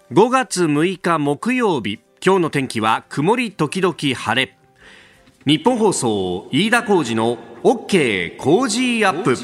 5月6日木曜日、今日の天気は曇り時々晴れ。日本放送飯田浩司の OK 工事アップ。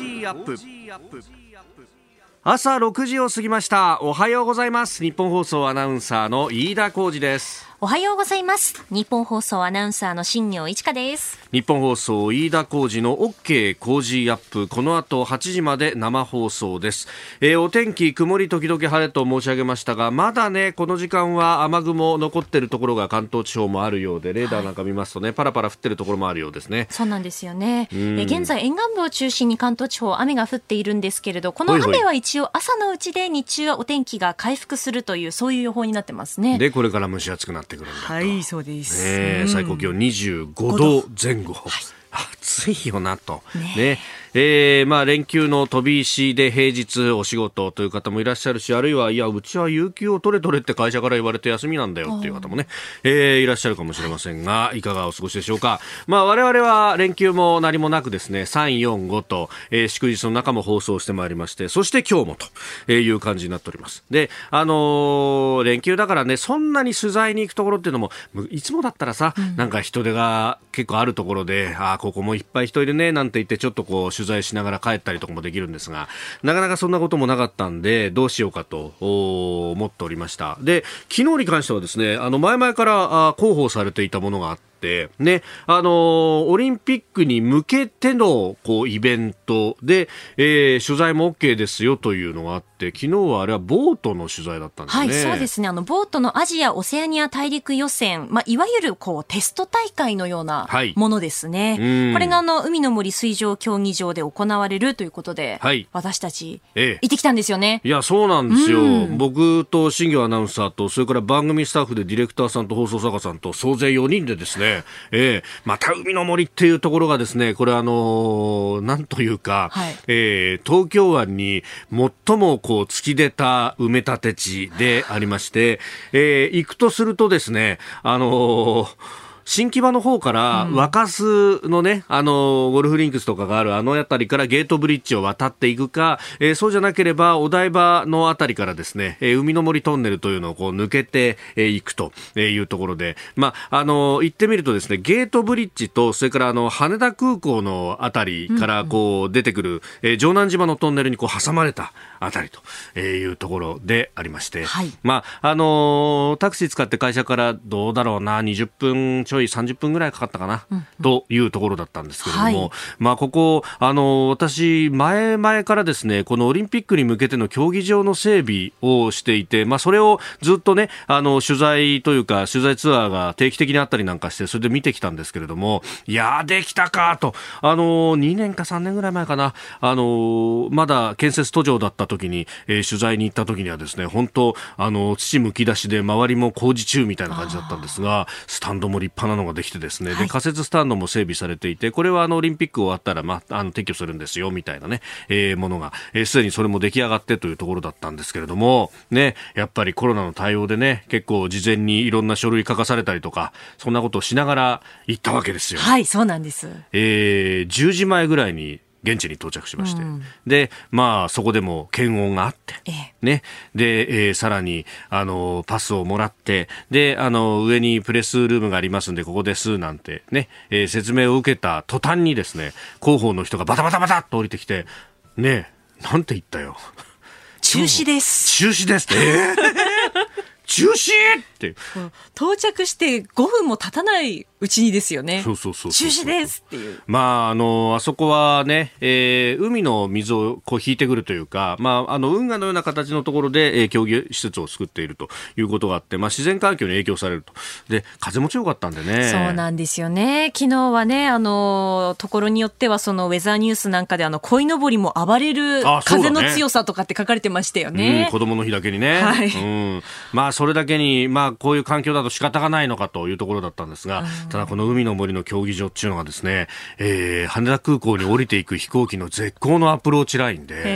朝6時を過ぎました。おはようございます。日本放送アナウンサーの飯田浩司です。 おはようございます。日本放送アナウンサーの新業一華です。 日本放送飯田浩司の OK 工事アップ、この後8時まで生放送です。お天気曇り時々晴れと申し上げましたが、まだねこの時間は雨雲残っているところが関東地方もあるようで、レーダーなんか見ますとね、パラパラ降ってるところもあるようですね。 そうなんですよね。現在沿岸部を中心に関東地方雨が降っているんですけれど、この雨は一応朝のうちで、日中はお天気が回復するという、そういう予報になってますね。 でこれから蒸し暑くなってくるんだと。 はい、そうです。 最高気温25度前後、暑いよなとね。連休の飛び石で平日お仕事という方もいらっしゃるし、あるいはいやうちは有給を取れって会社から言われて休みなんだよっていう方もね、いらっしゃるかもしれませんが、いかがお過ごしでしょうか。我々は連休も何もなくですね、3、4、5と、祝日の中も放送してまいりまして、そして今日もという感じになっております。で、連休だからね、そんなに取材に行くところっていうのもいつもだったらさ、なんか人手が結構あるところで、ここもいっぱい人いるねなんて言ってちょっとこう取材しながら帰ったりとかもできるんですが、なかなかそんなこともなかったんで、どうしようかと思っておりました。で、昨日に関してはですね、前々から広報されていたものがあってね、オリンピックに向けてのこうイベントで、取材も OK ですよというのがあって、昨日はあれはボートの取材だったんですね。 はい、そうですね。ボートのアジア・オセアニア大陸予選、いわゆるこうテスト大会のようなものですね。これが海の森水上競技場で行われるということで、私たち行ってきたんですよね。 いや、そうなんですよ。僕と新業アナウンサーと、それから番組スタッフでディレクターさんと放送作家さんと総勢4人でですね、また海の森っていうところがですね、これなんというか、東京湾に最もこう突き出た埋め立て地でありまして、行くとするとですね、新木場の方から若洲のね、ゴルフリンクスとかがある辺りからゲートブリッジを渡っていくか、そうじゃなければお台場の辺りからですね、海の森トンネルというのをこう抜けていくというところで、行ってみるとですね、ゲートブリッジと、それから羽田空港の辺りからこう出てくる、城南島のトンネルにこう挟まれた辺りというところでありまして、タクシー使って会社からどうだろうな、20分ちょい30分ぐらいかかったかな、というところだったんですけれども、ここ私前々からですね、このオリンピックに向けての競技場の整備をしていて、それをずっとね取材というか取材ツアーが定期的にあったりなんかして、それで見てきたんですけれども、いやできたかと、2年か3年ぐらい前かな、まだ建設途上だった時に、取材に行った時にはですね、本当土むき出しで周りも工事中みたいな感じだったんですが、スタンドも立派なのができてですね、で仮設スタンドも整備されていて、これはオリンピック終わったら、撤去するんですよみたいなね、ものがすでにそれも出来上がってというところだったんですけれどもね、やっぱりコロナの対応でね、結構事前にいろんな書類書かされたりとか、そんなことをしながら行ったわけですよ。 はい、そうなんです。 10時前ぐらいに現地に到着しまして、でそこでも検温があって、ね、で、さらにパスをもらって、で上にプレスルームがありますんでここですなんてね、説明を受けた途端にですね、広報の人がバタバタバタっと降りてきてね、なんて言ったよ、 中止です。 中止です中止って到着して5分も経たないうちにですよね。 中止ですっていう。 あそこはね、海の水をこう引いてくるというか、運河のような形のところで、競技施設を作っているということがあって、自然環境に影響されると。で風も強かったんでね。 そうなんですよね。昨日はね、ところによってはそのウェザーニュースなんかで鯉のぼりも暴れる風の強さとかって書かれてましたよね。 子供の日だけにね、それだけにこういう環境だと仕方がないのかというところだったんですが、ただこの海の森の競技場っていうのがですね、羽田空港に降りていく飛行機の絶好のアプローチラインで、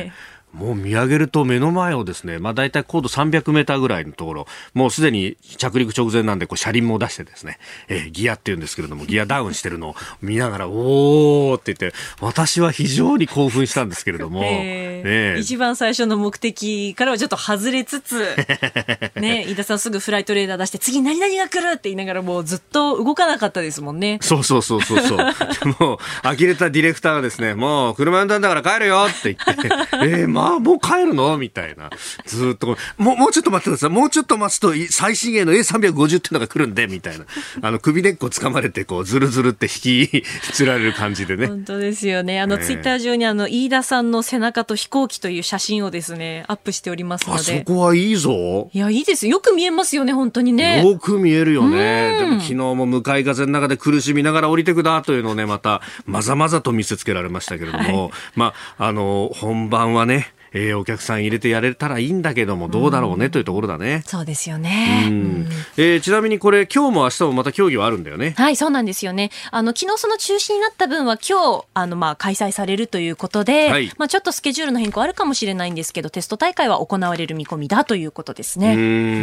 もう見上げると目の前をですね、だいたい高度300メーターぐらいのところ、もうすでに着陸直前なんで車輪も出してですね、ギアって言うんですけれども、ギアダウンしてるのを見ながら、おーって言って、私は非常に興奮したんですけれども、 一番最初の目的からはちょっと外れつつ、ね、飯田さんすぐフライトレーダー出して、次何々が来るって言いながらもうずっと動かなかったですもんね。 そう。もう、呆れたディレクターがですね、もう車呼んだんだから帰るよって言って、もう帰るのみたいな。ずっともうちょっと待ってください。もうちょっと待つと最新鋭の A350 っていうのが来るんで、みたいな。首根っこ掴まれて、ずるずるって引きつられる感じでね。 本当ですよね。ツイッター上に飯田さんの背中と飛行機という写真をですね、アップしておりますので。 そこはいいぞ。 いや、いいですよ。よく見えますよね、本当にね。 よく見えるよね。でも昨日も向かい風の中で苦しみながら降りてくだというのをね、また、まざまざと見せつけられましたけれども、本番はね、お客さん入れてやれたらいいんだけども、どうだろうねというところだね。 そうですよね。 ちなみにこれ、今日も明日もまた競技はあるんだよね。 はい、そうなんですよね。昨日その中止になった分は今日、開催されるということで、はい、ちょっとスケジュールの変更あるかもしれないんですけど、テスト大会は行われる見込みだということですね。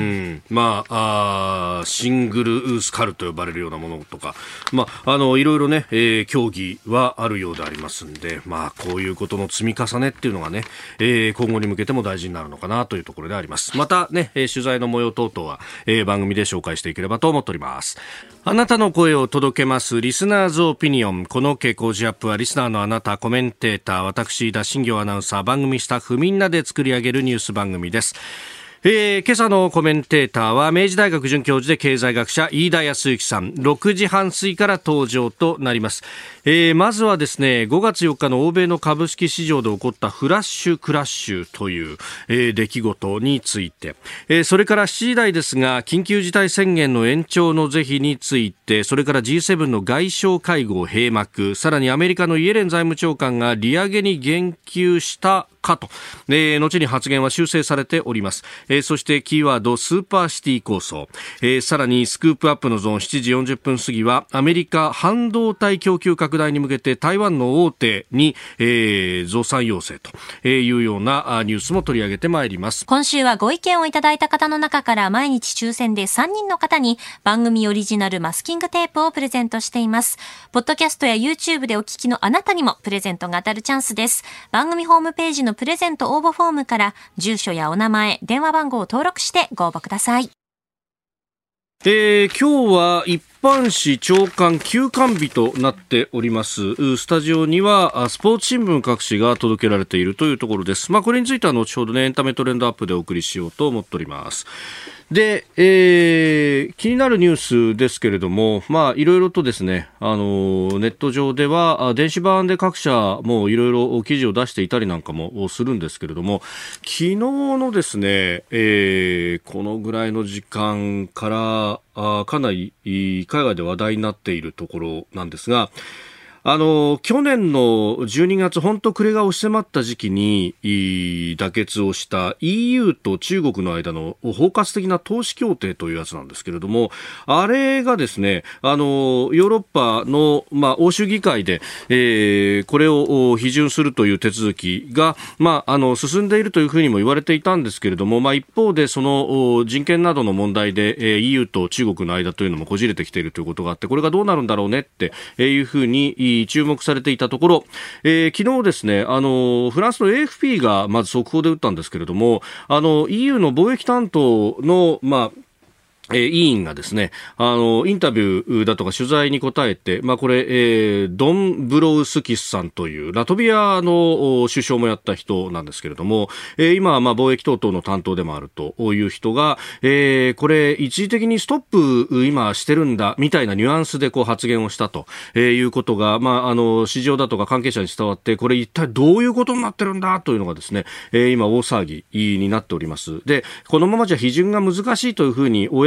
シングルスカルと呼ばれるようなものとか、いろいろね、競技はあるようでありますんで、こういうことの積み重ねっていうのがね、今後に向けても大事になるのかなというところであります。またね、取材の模様等々は、番組で紹介していければと思っております。あなたの声を届けますリスナーズオピニオン。この傾向ジアップはリスナーのあなた、コメンテーター、私田新行アナウンサー、番組スタッフみんなで作り上げるニュース番組です。今朝のコメンテーターは明治大学准教授で経済学者飯田康之さん、6時半過ぎから登場となります。まずはですね、5月4日の欧米の株式市場で起こったフラッシュクラッシュという、出来事について、それから7時台ですが、緊急事態宣言の延長の是非について、それから G7 の外相会合閉幕、さらにアメリカのイエレン財務長官が利上げに言及したかと、後に発言は修正されております。そしてキーワードスーパーシティ構想、さらにスクープアップのゾーン7時40分過ぎはアメリカ半導体供給拡大に向けて台湾の大手に、増産要請というようなニュースも取り上げてまいります。 今週はご意見をいただいた方の中から毎日抽選で3人の方に番組オリジナルマスキングテープをプレゼントしています。ポッドキャストや YouTube でお聞きのあなたにもプレゼントが当たるチャンスです。番組ホームページのプレゼント応募フォームから住所やお名前、電話番号を登録してご応募ください。 今日は一般紙朝刊休刊日となっております。スタジオにはスポーツ新聞各紙が届けられているというところです。これについては後ほどね、エンタメトレンドアップでお送りしようと思っております。で、気になるニュースですけれども、いろいろとですね、ネット上では電子版で各社もいろいろ記事を出していたりなんかもするんですけれども、昨日のですね、このぐらいの時間からかなり海外で話題になっているところなんですが、去年の12月、本当暮れが押し迫った時期に妥結をした EU と中国の間の包括的な投資協定というやつなんですけれども、あれがですね、ヨーロッパの、欧州議会で、これを批准するという手続きが、進んでいるというふうにも言われていたんですけれども、一方でその人権などの問題で、EU と中国の間というのもこじれてきているということがあって、これがどうなるんだろうねっていうふうに注目されていたところ、昨日ですね、フランスの AFP がまず速報で打ったんですけれども、EU の貿易担当の委員がですね、インタビューだとか取材に答えて、これ、ドンブロウスキスさんというラトビアの首相もやった人なんですけれども、今は貿易等々の担当でもあるという人が、これ一時的にストップ今してるんだみたいなニュアンスでこう発言をしたということが、市場だとか関係者に伝わって、これ一体どういうことになってるんだというのがですね、今大騒ぎになっております。で、このままじゃ批准が難しいというふうに公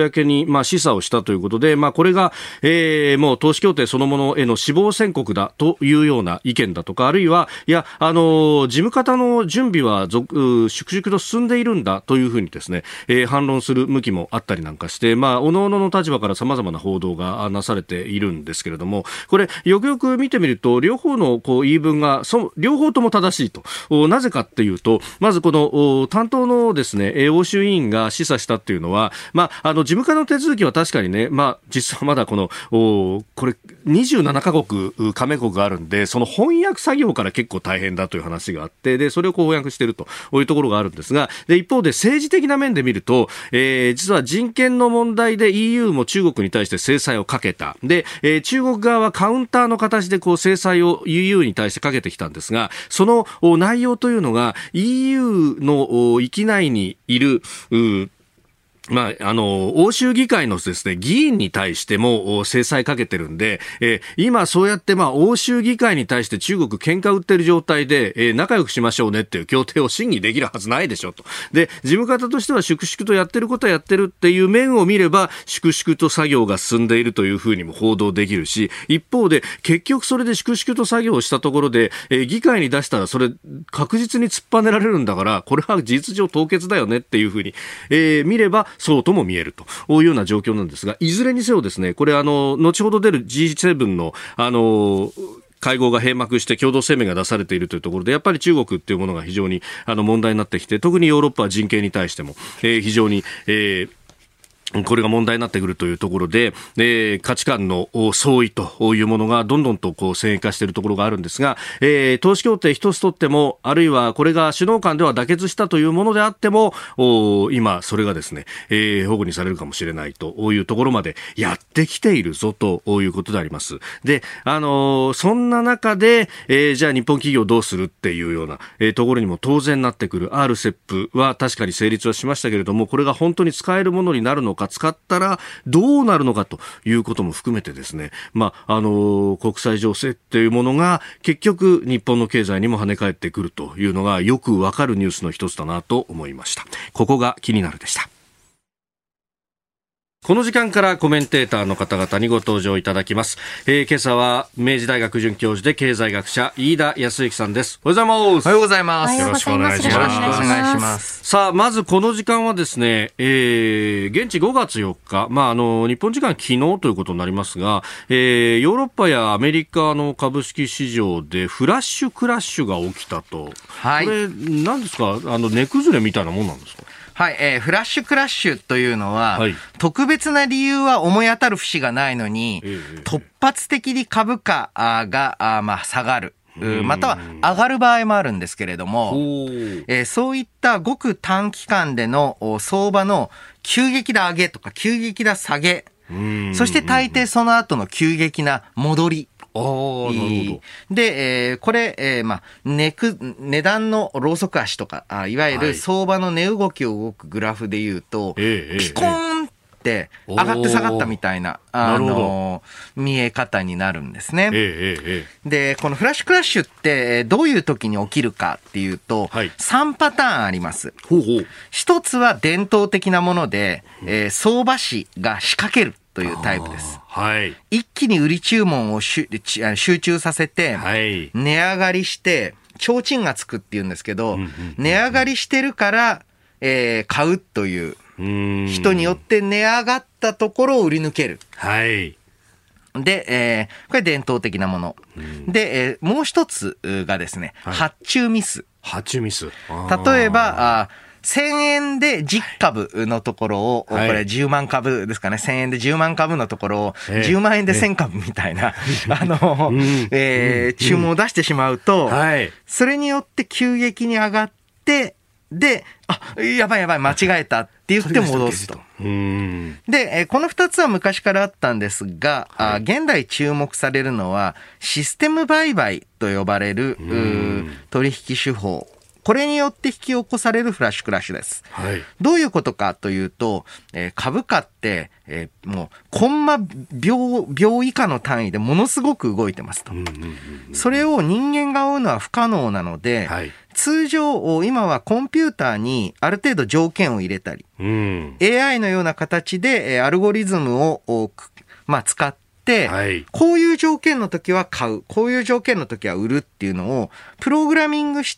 公に示唆をしたということで、これが、もう投資協定そのものへの死亡宣告だというような意見だとか、あるいは、いや、事務方の準備は粛々と進んでいるんだというふうにですね、反論する向きもあったりなんかして、各々の立場から様々な報道がなされているんですけれども、これ、よくよく見てみると、両方の言い分が、両方とも正しいと。なぜかっていうと、まずこの担当のですね、欧州委員が示唆したっていうのは、事務課の手続きは確かにね、実はまだこれ27カ国加盟国があるんで、その翻訳作業から結構大変だという話があって、でそれを翻訳しているというところがあるんですが、で一方で政治的な面で見ると、実は人権の問題で EU も中国に対して制裁をかけた。で、中国側はカウンターの形で制裁を EU に対してかけてきたんですが、その内容というのが EU の域内にいる欧州議会のですね、議員に対しても制裁かけてるんで、今そうやって欧州議会に対して中国喧嘩売ってる状態で、仲良くしましょうねっていう協定を審議できるはずないでしょと。で、事務方としては粛々とやってることはやってるっていう面を見れば、粛々と作業が進んでいるというふうにも報道できるし、一方で結局それで粛々と作業をしたところで、議会に出したらそれ確実に突っぱねられるんだから、これは事実上凍結だよねっていうふうに、見ればそうとも見えるというような状況なんですが、いずれにせよですね、これ後ほど出る G7 の会合が閉幕して共同声明が出されているというところで、やっぱり中国っていうものが非常に問題になってきて、特にヨーロッパは人権に対しても、非常に、これが問題になってくるというところで、価値観の相違というものがどんどんと先鋭化しているところがあるんですが、投資協定一つとっても、あるいはこれが首脳間では妥結したというものであっても、今それがですね、保護にされるかもしれないというところまでやってきているぞということであります。で、そんな中で、じゃあ日本企業どうするっていうような、ところにも当然なってくる RCEP は確かに成立はしましたけれども、これが本当に使えるものになるのか、使ったらどうなるのかということも含めてですね、国際情勢っていうものが結局日本の経済にも跳ね返ってくるというのがよくわかるニュースの一つだなと思いました。ここが気になるでした。この時間からコメンテーターの方々にご登場いただきます。今朝は明治大学准教授で経済学者飯田康之さんです。おはようございます。 おはようございます。 よろしくお願いします。 よろしくお願いします。 さあ、まずこの時間はですね、現地5月4日、日本時間昨日ということになりますが、ヨーロッパやアメリカの株式市場でフラッシュクラッシュが起きたと。はい。これ何ですか、値崩れみたいなもんなんですか？ はい、フラッシュクラッシュというのは、特別な理由は思い当たる節がないのに、突発的に株価が下がる。または上がる場合もあるんですけれども、そういったごく短期間での相場の急激な上げとか急激な下げ、そして大抵その後の急激な戻り、 なるほど。 で、これ、値段のローソク足とか、いわゆる相場の値動きを動くグラフで言うと、ピコーンって上がって下がったみたいな、見え方になるんですね。で、このフラッシュクラッシュってどういう時に起きるかっていうと、3パターンあります。一つは伝統的なもので、相場師が仕掛けるというタイプです。一気に売り注文を集中させて、値上がりして提灯がつくっていうんですけど、値上がりしてるから、買うという人によって値上がったところを売り抜ける。で、これ伝統的なもの。で、もう一つがですね、発注ミス。例えば、1000円で10株のところを、これ10万株ですかね。1000円で10万株のところを、10万円で1000株みたいな、注文を出してしまうと、それによって急激に上がって、で、やばい間違えたって言って戻すと。で、この2つは昔からあったんですが、現代注目されるのは、システム売買と呼ばれる取引手法。これによって引き起こされるフラッシュクラッシュです。どういうことかというと、株価って、もうコンマ秒以下の単位でものすごく動いてますと。それを人間が追うのは不可能なので、 通常今はコンピューターにある程度条件を入れたり、AI のような形でアルゴリズムを使って、こういう条件の時は買う、こういう条件の時は売るっていうのをプログラミングして、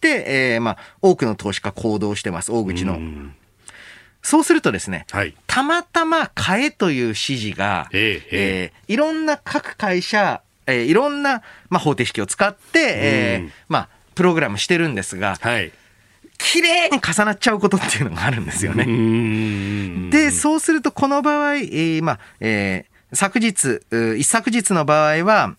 多くの投資家行動してます、大口の。そうするとですね、たまたま買えという指示が、いろんな各会社、いろんな、方程式を使って、プログラムしてるんですが、綺麗に重なっちゃうことっていうのがあるんですよね。で、そうするとこの場合、一昨日の場合は、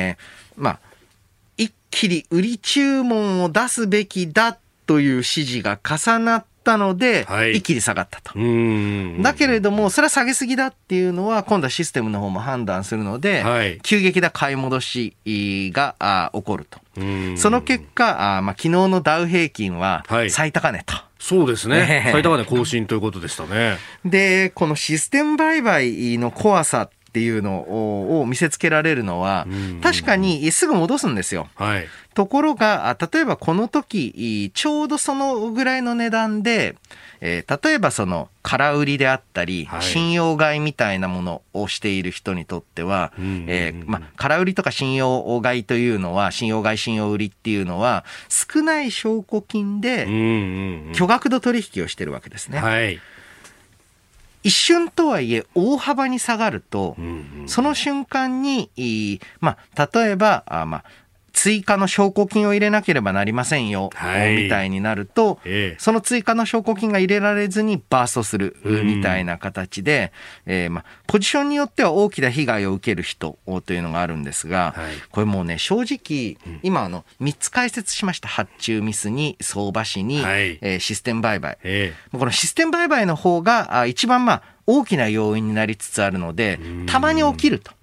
一気に売り注文を出すべきだという指示が重なったので、一気に下がったと。だけれども、それは下げすぎだっていうのは、今度はシステムの方も判断するので、急激な買い戻しが起こると。その結果、昨日のダウ平均は最高値と。 そうですね。最高値更新ということでしたね。 で、このシステム売買の怖さっていうのを見せつけられるのは、確かにすぐ戻すんですよ。ところが、例えばこの時、ちょうどそのぐらいの値段で、例えばその空売りであったり、信用買いみたいなものをしている人にとっては、空売りとか信用買いというのは、信用買い信用売りっていうのは、少ない証拠金で巨額の取引をしてるわけですね。一瞬とはいえ大幅に下がると、その瞬間に、例えば、追加の証拠金を入れなければなりませんよ、みたいになると、その追加の証拠金が入れられずにバーストするみたいな形で、ポジションによっては大きな被害を受ける人というのがあるんですが、これもうね、正直、今3つ解説しました。発注ミスに、相場師に、システム売買。このシステム売買の方が一番大きな要因になりつつあるので、たまに起きると。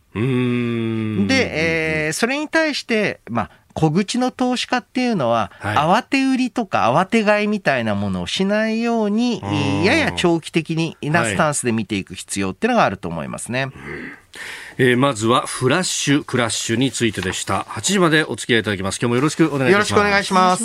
で、それに対して、小口の投資家っていうのは、慌て売りとか慌て買いみたいなものをしないように、やや長期的なスタンスで見ていく必要っていうのがあると思いますね。 まずはフラッシュクラッシュについてでした。8時までお付き合いいただきます。今日もよろしくお願いします。 よろしくお願いします。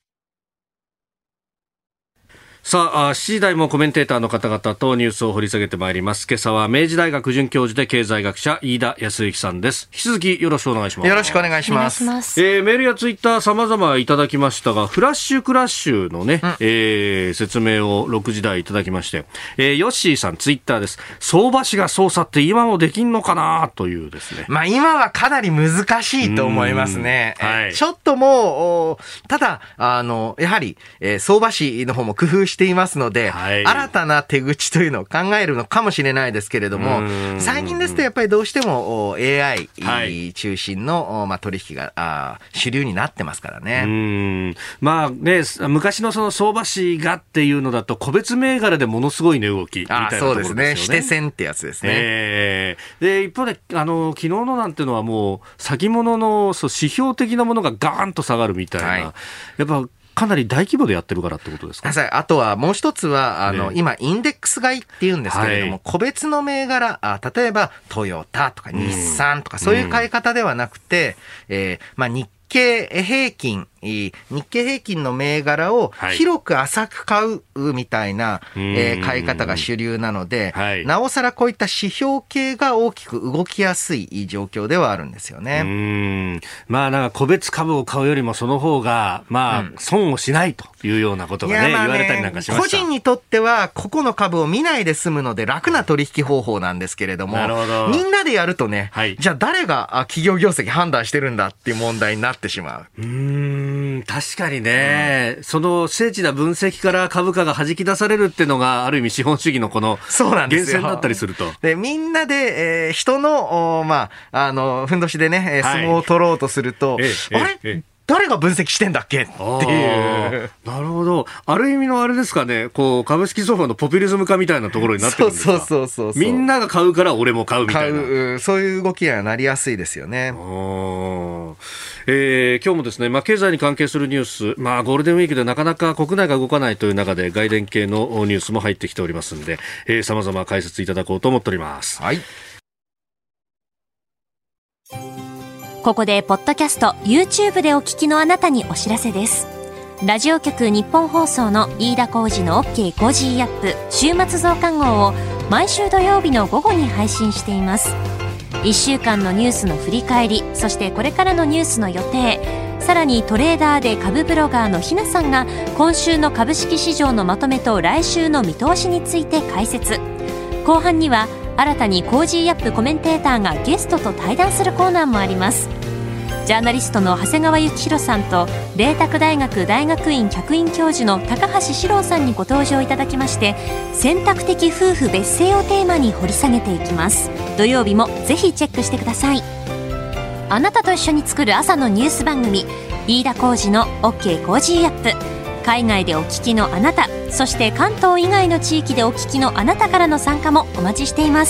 さあ、7時台もコメンテーターの方々とニュースを掘り下げてまいります。今朝は明治大学准教授で経済学者飯田康之さんです。引き続きよろしくお願いします。 よろしくお願いします。 メールやツイッター様々いただきましたが、フラッシュクラッシュのね、説明を6時台いただきまして、ヨッシーさんツイッターです。相場師が操作って今もできんのかなというですね。 今はかなり難しいと思いますね。ちょっともう、ただ、やはり、相場師の方も工夫していますので、新たな手口というのを考えるのかもしれないですけれども、最近ですとやっぱりどうしても AI 中心の、取引が主流になってますからね。 昔のその相場師がっていうのだと個別銘柄でものすごい値動きみたいなところですよね。 指定線ってやつですね。 で一方で昨日のなんていうのはもう先物の指標的なものがガーンと下がるみたいな、やっぱかなり大規模でやってるからってことですか。 あとはもう一つは、今、インデックス買いって言うんですけれども、個別の銘柄、例えば、トヨタとか日産とか、そういう買い方ではなくて、日経平均の銘柄を広く浅く買うみたいな、買い方が主流なので、なおさらこういった指標系が大きく動きやすい状況ではあるんですよね。 なんか個別株を買うよりもその方が、損をしないというようなことがね、言われたりなんかしました。 個人にとっては個々の株を見ないで済むので楽な取引方法なんですけれども、みんなでやるとね、じゃあ誰が企業業績判断してるんだっていう問題になってしまう。 確かにね、その精緻な分析から株価が弾き出されるっていうのがある意味資本主義のこの源泉だったりすると。 で、みんなで、人の、ふんどしでね、相撲を取ろうとすると、誰が分析してんだっけっていう。 なるほど。ある意味のあれですかね、株式相場のポピュリズム化みたいなところになってるんですか。 そう。 みんなが買うから俺も買うみたいな。 そういう動きにはなりやすいですよね。 今日もですね、経済に関係するニュース、ゴールデンウィークでなかなか国内が動かないという中で外電系のニュースも入ってきておりますので、様々解説いただこうと思っております。 ここでポッドキャスト YouTube でお聞きのあなたにお知らせです。 ラジオ局日本放送の飯田浩司の OK コージーアップ週末増刊号を毎週土曜日の午後に配信しています。1週間のニュースの振り返り、そしてこれからのニュースの予定、さらにトレーダーで株ブロガーのひなさんが今週の株式市場のまとめと来週の見通しについて解説。後半には新たにコージーアップコメンテーターがゲストと対談するコーナーもあります。ジャーナリストの長谷川幸宏さんと麗澤大学大学院客員教授の高橋史郎さんにご登場いただきまして、選択的夫婦別姓をテーマに掘り下げていきます。土曜日もぜひチェックしてください。あなたと一緒に作る朝のニュース番組、飯田浩司の OK コージーアップ。海外でお聞きのあなた、そして関東以外の地域でお聞きのあなたからの参加もお待ちしています。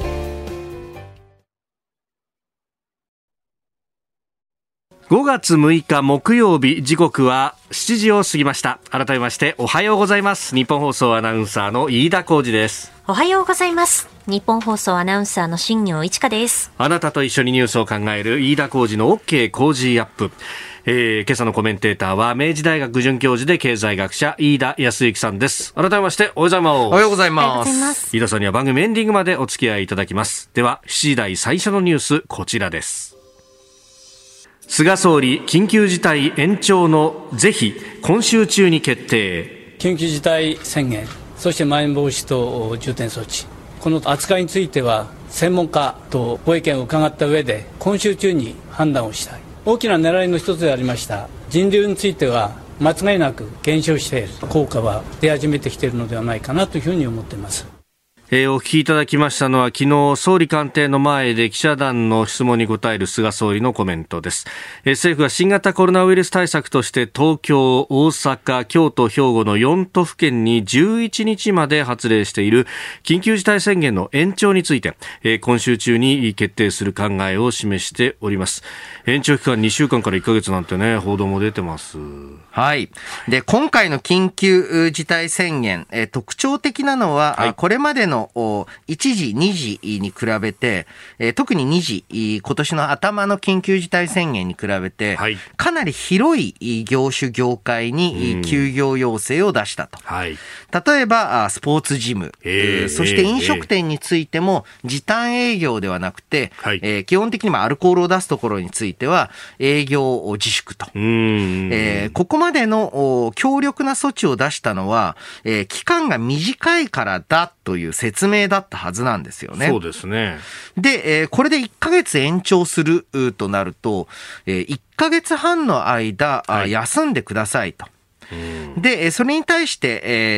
5月6日木曜日、時刻は7時を過ぎました。改めましておはようございます。日本放送アナウンサーの飯田浩司です。 おはようございます。日本放送アナウンサーの新業一華です。 あなたと一緒にニュースを考える飯田浩司の OK コージーアップ。今朝のコメンテーターは明治大学准教授で経済学者飯田康之さんです。改めましておはようございます。 おはようございます。 飯田さんには番組エンディングまでお付き合いいただきます。では7時台最初のニュース、こちらです。菅総理緊急事態延長の是非今週中に決定。 緊急事態宣言、そしてまん延防止等重点措置、この扱いについては専門家とご意見を伺った上で今週中に判断をしたい。大きな狙いの一つでありました人流については間違いなく減少している、効果は出始めてきているのではないかなというふうに思っています。 お聞きいただきましたのは、昨日総理官邸の前で記者団の質問に答える菅総理のコメントです。政府は新型コロナウイルス対策として東京、大阪、京都、兵庫の4都府県に11日まで発令している緊急事態宣言の延長について、今週中に決定する考えを示しております。延長期間2週間から1ヶ月なんてね、報道も出てます。 はい。で、今回の緊急事態宣言、特徴的なのは、はい、これまでの1時、2時に比べて、特に2時、今年の頭の緊急事態宣言に比べて、はい、かなり広い業種業界に休業要請を出したと。はい、例えば、スポーツジム、そして飲食店についても時短営業ではなくて、基本的にアルコールを出すところについては営業自粛と。ここまでの強力な措置を出したのは、期間が短いからだという説明だったはずなんですよね。 そうですね。 で、これで1ヶ月延長するとなると、1ヶ月半の間、休んでくださいと。で、それに対して、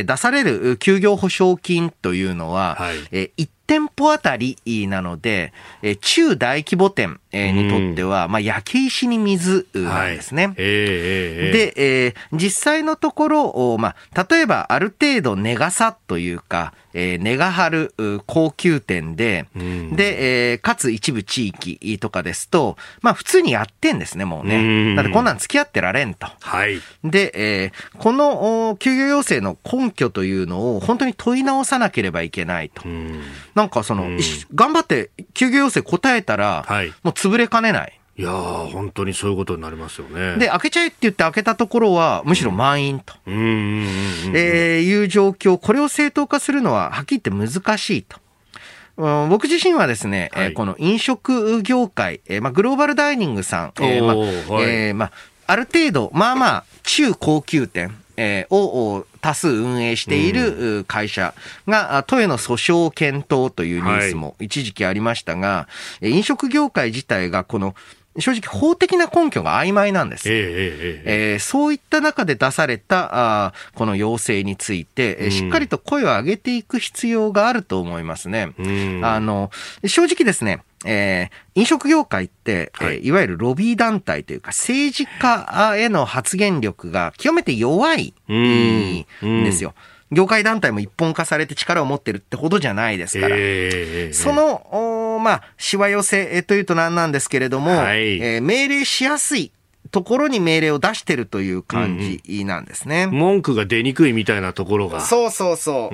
出される休業保証金というのは、1店舗あたりなので、中大規模店にとっては、焼け石に水なんですね。で、実際のところ、例えばある程度値傘というか、値が張る高級店で、で、かつ一部地域とかですと、普通にやってんですね、もうね。だってこんなん付き合ってられんと。はい、で、この休業要請の根拠というのを本当に問い直さなければいけないと。なんか頑張って休業要請答えたら、もう潰れかねない。 いやー、本当にそういうことになりますよね。 で、開けちゃえって言って開けたところは、むしろ満員と。いう状況、これを正当化するのは、はっきり言って難しいと。僕自身はですね、この飲食業界、グローバルダイニングさん、ある程度、中高級店、を多数運営している会社が都への訴訟を検討というニュースも一時期ありましたが、飲食業界自体がこの正直法的な根拠が曖昧なんです。そういった中で出されたこの要請について、しっかりと声を上げていく必要があると思いますね。正直ですね、飲食業界って、いわゆるロビー団体というか政治家への発言力が極めて弱いんですよ。業界団体も一本化されて力を持ってるってほどじゃないですから。その、しわ寄せというと何なんですけれども、命令しやすいところに命令を出してるという感じなんですね。 文句が出にくいみたいなところが。 そう。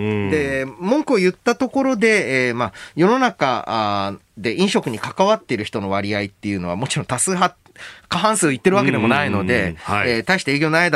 で、文句を言ったところで、世の中で飲食に関わっている人の割合っていうのはもちろん多数派、過半数言ってるわけでもないので、大して営業ないだろう。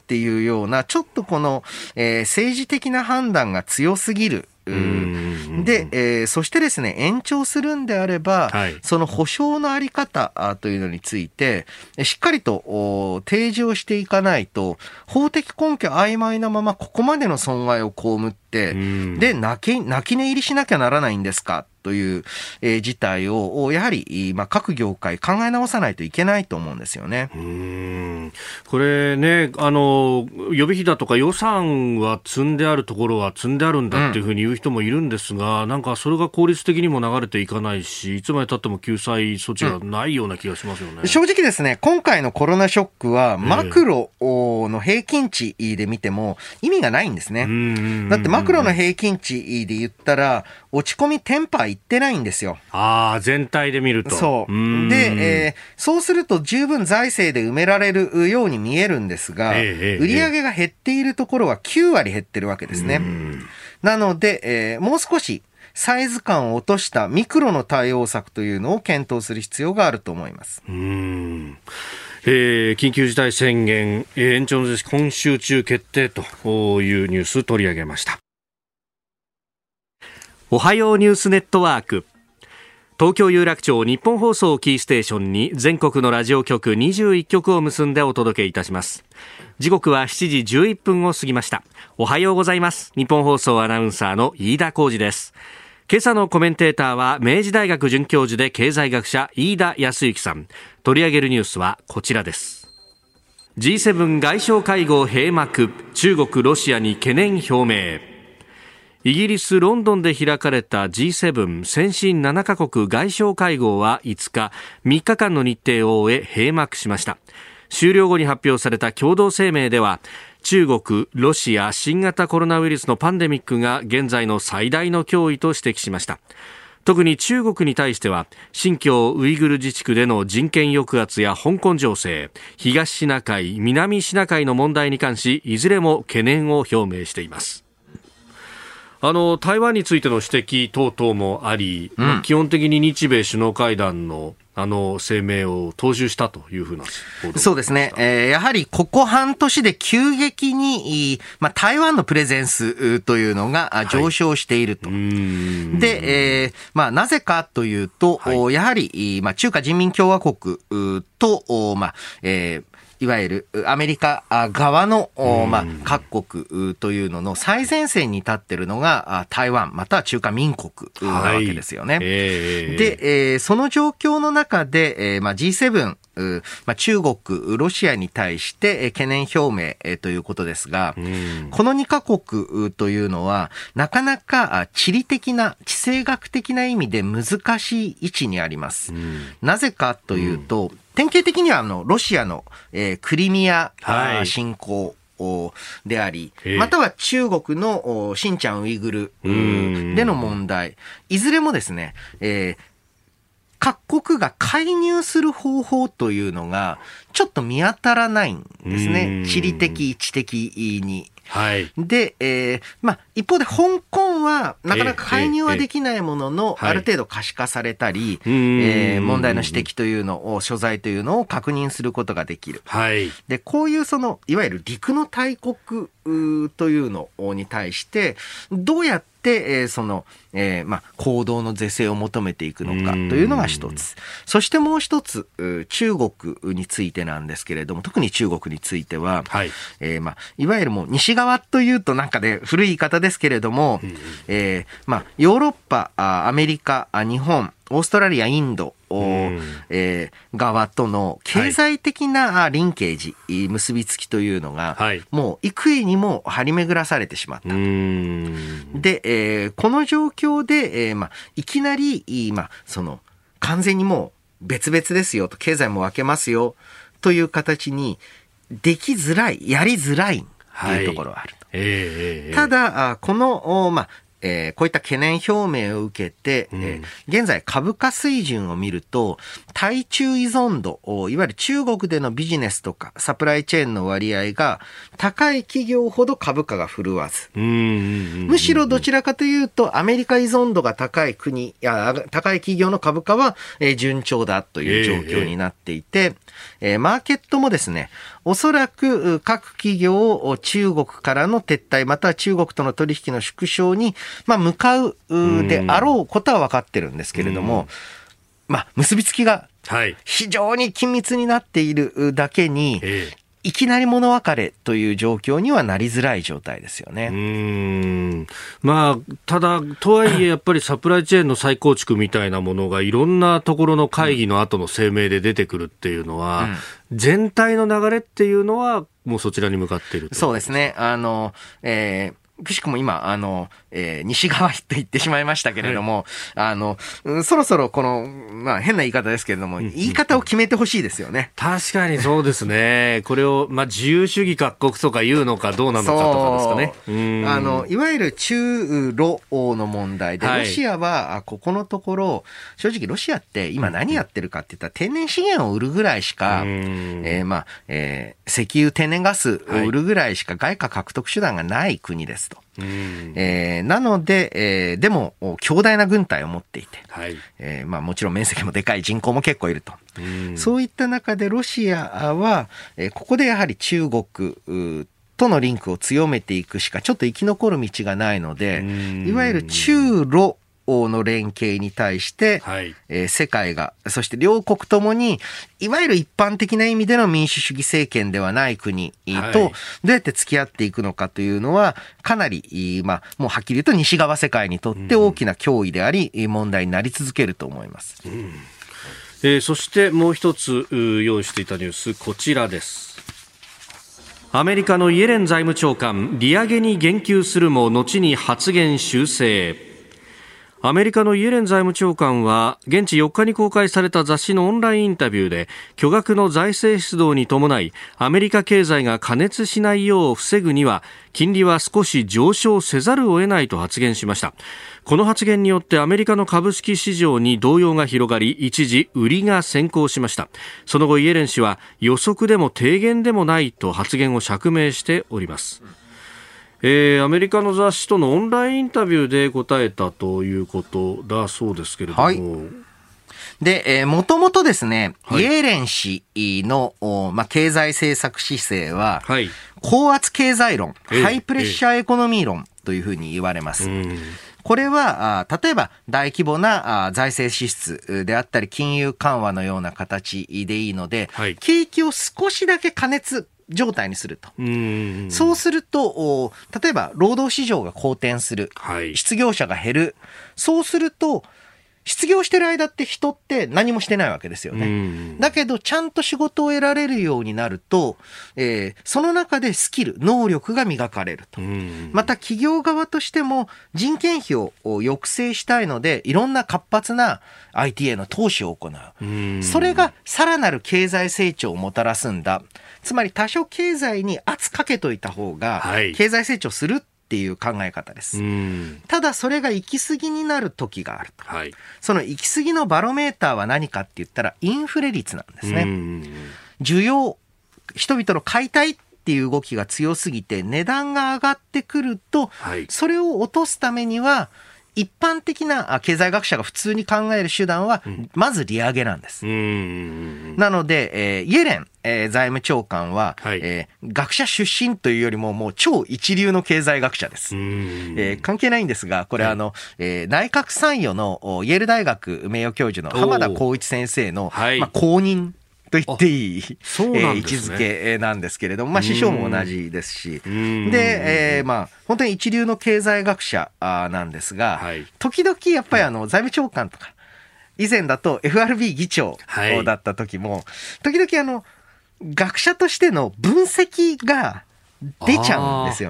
っていうような、ちょっとこの、政治的な判断が強すぎる。で、そしてですね、延長するんであれば、はい、その補償のあり方というのについて、しっかりと提示をしていかないと、法的根拠曖昧なままここまでの損害を被って、で、泣き寝入りしなきゃならないんですかという、事態を、やはり、各業界考え直さないといけないと思うんですよね。 これね、予備費だとか予算は積んであるところは積んであるんだっていうふうに言う人もいるんですが、なんかそれが効率的にも流れていかないし、いつまで経っても救済措置がないような気がしますよね。 正直ですね、今回のコロナショックは、マクロの平均値で見ても意味がないんですね。だってマクロの平均値で言ったら、落ち込みテンパいってないんですよ。 全体で見ると。 そう。で、そうすると十分財政で埋められるように見えるんですが、売上が減っているところは9割減ってるわけですね。なので、もう少しサイズ感を落としたミクロの対応策というのを検討する必要があると思います。 緊急事態宣言延長の今週中決定というニュース取り上げました。おはようニュースネットワーク、東京有楽町日本放送キーステーションに全国のラジオ局21局を結んでお届けいたします。時刻は7時11分を過ぎました。おはようございます。日本放送アナウンサーの飯田浩司です。今朝のコメンテーターは明治大学准教授で経済学者飯田康之さん。取り上げるニュースはこちらです。 G7 外相会合閉幕、中国ロシアに懸念表明。イギリス・ロンドンで開かれた G7 先進7カ国外相会合は5日、3日間の日程を終え閉幕しました。終了後に発表された共同声明では、中国、ロシア、新型コロナウイルスのパンデミックが現在の最大の脅威と指摘しました。特に中国に対しては、新疆ウイグル自治区での人権抑圧や香港情勢、東シナ海、南シナ海の問題に関し、いずれも懸念を表明しています。台湾についての指摘等々もあり、基本的に日米首脳会談の声明を踏襲したというふうな報道。 そうですね。やはりここ半年で急激に、台湾のプレゼンスというのが上昇していると。で、なぜかというと、やはり、中華人民共和国と、いわゆるアメリカ側の、各国というのの最前線に立っているのが台湾または中華民国なわけですよね。で、その状況の中で、G7、中国、ロシアに対して懸念表明ということですが、この2カ国というのはなかなか地理的な地政学的な意味で難しい位置にあります。なぜかというと、典型的にはロシアの、クリミア侵攻であり、または中国の新疆ウイグルでの問題、いずれもですね、各国が介入する方法というのがちょっと見当たらないんですね。地理的、位置的に。で、一方で香港はなかなか介入はできないものの、ある程度可視化されたり、問題の指摘というのを、所在というのを確認することができる。で、こういういわゆる陸の大国というのに対して、どうやって行動の是正を求めていくのかというのが一つ。そしてもう一つ、中国についてなんですけれども、特に中国については、いわゆるもう西側というとなんかで古い言い方ですけれども、ヨーロッパ、アメリカ、日本、オーストラリア、インド、側との経済的なリンケージ、結びつきというのが、もう幾重にも張り巡らされてしまったと。で、この状況で、いきなり、完全にもう別々ですよと、経済も分けますよという形にできづらい、やりづらいというところがあると。ただ、この、 こういった懸念表明を受けて、現在株価水準を見ると、対中依存度、いわゆる中国でのビジネスとかサプライチェーンの割合が高い企業ほど株価が振るわず、むしろどちらかというとアメリカ依存度が高い国や高い企業の株価は順調だという状況になっていて、マーケットもですね、おそらく各企業を中国からの撤退または中国との取引の縮小に向かうであろうことは分かってるんですけれども、結びつきが非常に緊密になっているだけに、いきなり物別れという状況にはなりづらい状態ですよね。 ただ、とはいえやっぱりサプライチェーンの再構築みたいなものがいろんなところの会議の後の声明で出てくるっていうのは、全体の流れっていうのはもうそちらに向かっていると。 そうですね。くしくも今、西側と言ってしまいましたけれども、そろそろこの、変な言い方ですけれども、言い方を決めてほしいですよね。 確かにそうですね。これを、自由主義各国とか言うのかどうなのかとかですかね。 いわゆる中ロの問題で、ロシアは、ここのところ、正直ロシアって今何やってるかって言ったら、天然資源を売るぐらいしか、石油、天然ガスを売るぐらいしか外貨獲得手段がない国ですと。なので、でも強大な軍隊を持っていて、もちろん面積もでかい、人口も結構いると。そういった中でロシアは、ここでやはり中国とのリンクを強めていくしかちょっと生き残る道がないので、いわゆる中ロの連携に対して、世界が、そして両国ともにいわゆる一般的な意味での民主主義政権ではない国とどうやって付き合っていくのかというのはかなり、もうはっきり言うと西側世界にとって大きな脅威であり、問題になり続けると思います。 そしてもう一つ用意していたニュース、こちらです。アメリカのイエレン財務長官、利上げに言及するも後に発言修正。アメリカのイエレン財務長官は現地4日に公開された雑誌のオンラインインタビューで、巨額の財政出動に伴いアメリカ経済が過熱しないよう防ぐには金利は少し上昇せざるを得ないと発言しました。この発言によってアメリカの株式市場に動揺が広がり、一時売りが先行しました。その後イエレン氏は予測でも提言でもないと発言を釈明しております。アメリカの雑誌とのオンラインインタビューで答えたということだそうですけれども、 で、もともとですね、イエレン氏の、経済政策姿勢は、高圧経済論、ハイプレッシャーエコノミー論というふうに言われます。これは、例えば大規模な財政支出であったり金融緩和のような形でいいので、景気を少しだけ過熱状態にすると。そうすると、例えば労働市場が好転する、失業者が減る。そうすると失業してる間って人って何もしてないわけですよね。だけどちゃんと仕事を得られるようになると、その中でスキル、能力が磨かれると。また企業側としても人件費を抑制したいので、いろんな活発な IT への投資を行う。それがさらなる経済成長をもたらすんだ。つまり多少経済に圧かけといた方が経済成長するっていう考え方です。ただそれが行き過ぎになる時があると。その行き過ぎのバロメーターは何かって言ったらインフレ率なんですね。需要、人々の買いたいっていう動きが強すぎて値段が上がってくると、それを落とすためには一般的な経済学者が普通に考える手段はまず利上げなんです。なので、イエレン財務長官は、学者出身というよりももう超一流の経済学者です。関係ないんですが、これ内閣参与のイェール大学名誉教授の浜田光一先生の、後任と言っていい、位置づけなんですけれども、師匠も同じですし、で、本当に一流の経済学者なんですが、時々やっぱり財務長官とか、以前だと FRB 議長だった時も、時々学者としての分析が出ちゃうんですよね。